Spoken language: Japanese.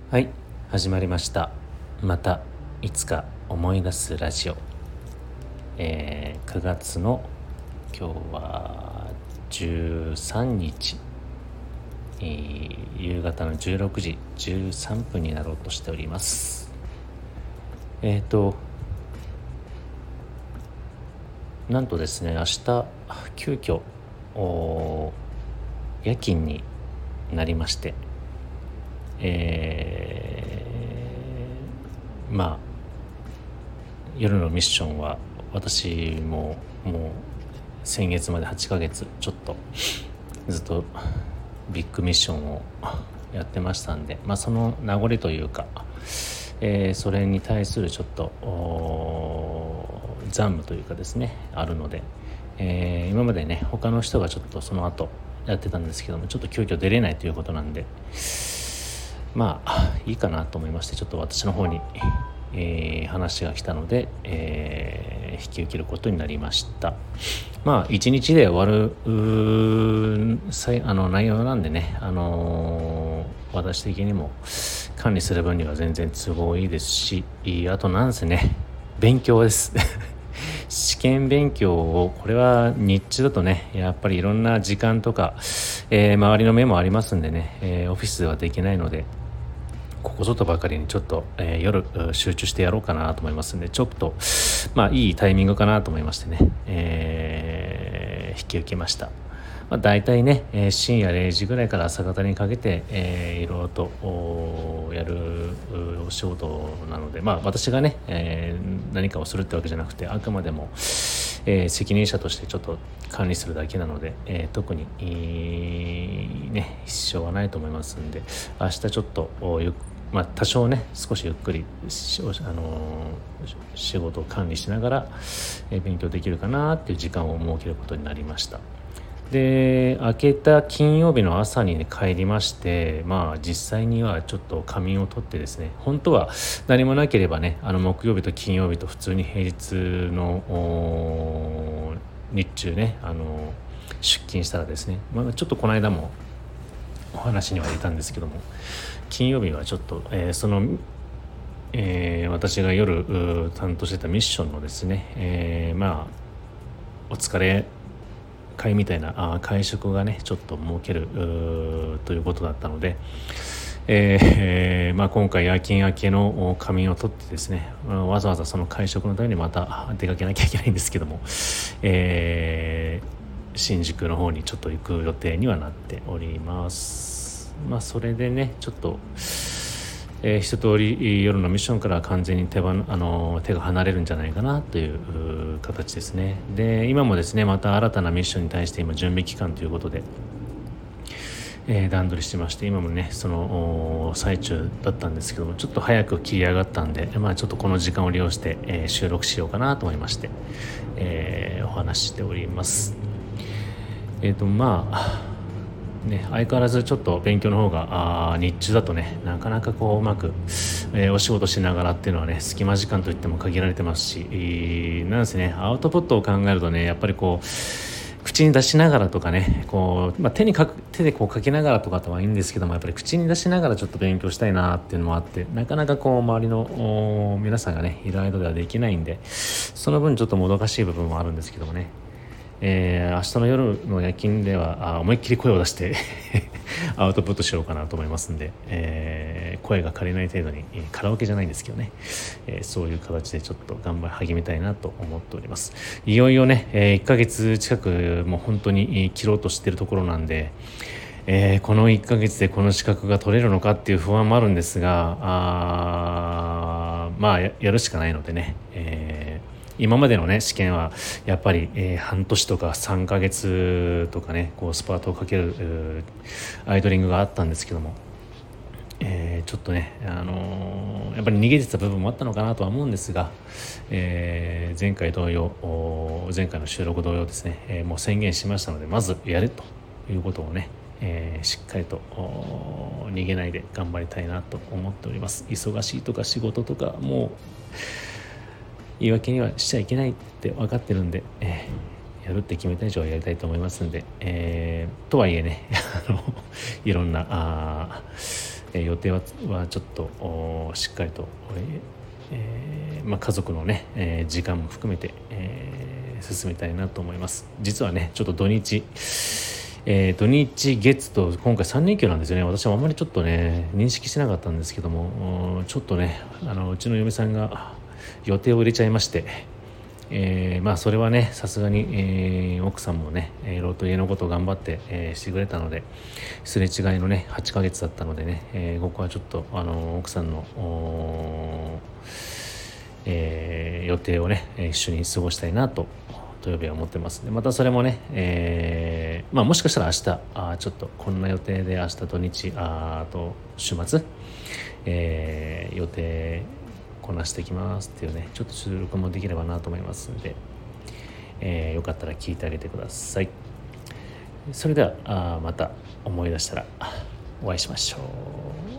はい、始まりました。またいつか思い出すラジオ、9月の今日は13日、夕方の16時13分になろうとしております。なんとですね、明日急遽夜勤になりまして、まあ夜のミッションは私もう先月まで8ヶ月ちょっとずっとビッグミッションをやってましたんで、その名残というか、それに対するちょっと残務というかですねあるので、今までね他の人がちょっとその後やってたんですけども、ちょっと急遽出れないということなんで、いいかなと思いまして、ちょっと私の方に、話が来たので、引き受けることになりました。1日で終わる内容なんでね、私的にも管理する分には全然都合いいですし、あとなんせね勉強です試験勉強を、これは日中だとねやっぱりいろんな時間とか、周りの目もありますんでね、オフィスではできないので、ここぞとばかりにちょっと、夜集中してやろうかなと思いますんで、ちょっといいタイミングかなと思いましてね、引き受けました。だいたいね、深夜0時ぐらいから朝方にかけて、いろいろとやるお仕事なので、私がね、何かをするってわけじゃなくて、あくまでも、責任者としてちょっと管理するだけなので、特に、支障はないと思いますんで、明日ちょっと多少ね少しゆっくり仕事を管理しながら、勉強できるかなっていう時間を設けることになりました。で、明けた金曜日の朝に、帰りまして、実際にはちょっと仮眠を取ってですね、本当は何もなければね、木曜日と金曜日と普通に平日の日中ね、出勤したらですね、ちょっとこの間もお話には出たんですけども、金曜日はちょっと、私が夜担当してたミッションのですね、お疲れ会みたいな会食がねちょっと設けるということだったので、今回夜勤明けの仮眠を取ってですね、わざわざその会食のためにまた出かけなきゃいけないんですけども、新宿の方にちょっと行く予定にはなっております。それでねちょっと、一通り夜のミッションから完全に手が離れるんじゃないかなという形ですね。で、今もですねまた新たなミッションに対して今準備期間ということで、段取りしてまして、今もねその最中だったんですけども、ちょっと早く切り上がったんで、ちょっとこの時間を利用して、収録しようかなと思いまして、お話ししております。相変わらずちょっと勉強の方が日中だとねなかなかこううまく、お仕事しながらっていうのはね隙間時間といっても限られてますし、なんですね、アウトプットを考えるとねやっぱりこう口に出しながらとかね、手でこう書きながらとかとはいいんですけども、やっぱり口に出しながらちょっと勉強したいなっていうのもあって、なかなかこう周りの皆さんがねいる間ではできないんで、その分ちょっともどかしい部分もあるんですけどもね、明日の夜の夜勤では思いっきり声を出してアウトプットしようかなと思いますんで、声が枯れない程度に、カラオケじゃないんですけどね、そういう形でちょっと励みたいなと思っております。いよいよね、1ヶ月近くもう本当に切ろうとしているところなんで、この1ヶ月でこの資格が取れるのかっていう不安もあるんですが、やるしかないのでね、今までのね試験はやっぱり、半年とか3ヶ月とかねこうスパートをかけるアイドリングがあったんですけども、ちょっとね、やっぱり逃げてた部分もあったのかなとは思うんですが、前回の収録同様ですね、もう宣言しましたので、まずやれということをね、しっかりと逃げないで頑張りたいなと思っております。忙しいとか仕事とかもう言い訳にはしちゃいけないって分かってるんで、やるって決めた以上はやりたいと思いますんで、とはいえねいろんな予定はちょっとしっかりと、家族のね、時間も含めて、進めたいなと思います。実はねちょっと土日月と今回3連休なんですよね。私はあんまりちょっとね認識してなかったんですけども、ちょっとねうちの嫁さんが予定を入れちゃいまして、それはねさすがに、奥さんもねいろいろと家のことを頑張って、してくれたので、すれ違いのね8ヶ月だったのでね、僕はちょっと奥さんの予定をね一緒に過ごしたいなと土曜日は思ってますで、またそれもね、もしかしたら明日ちょっとこんな予定で明日土日あと週末、予定こなしていきますっていうねちょっと収録もできればなと思いますんで、よかったら聞いてあげてください。それではまた思い出したらお会いしましょう。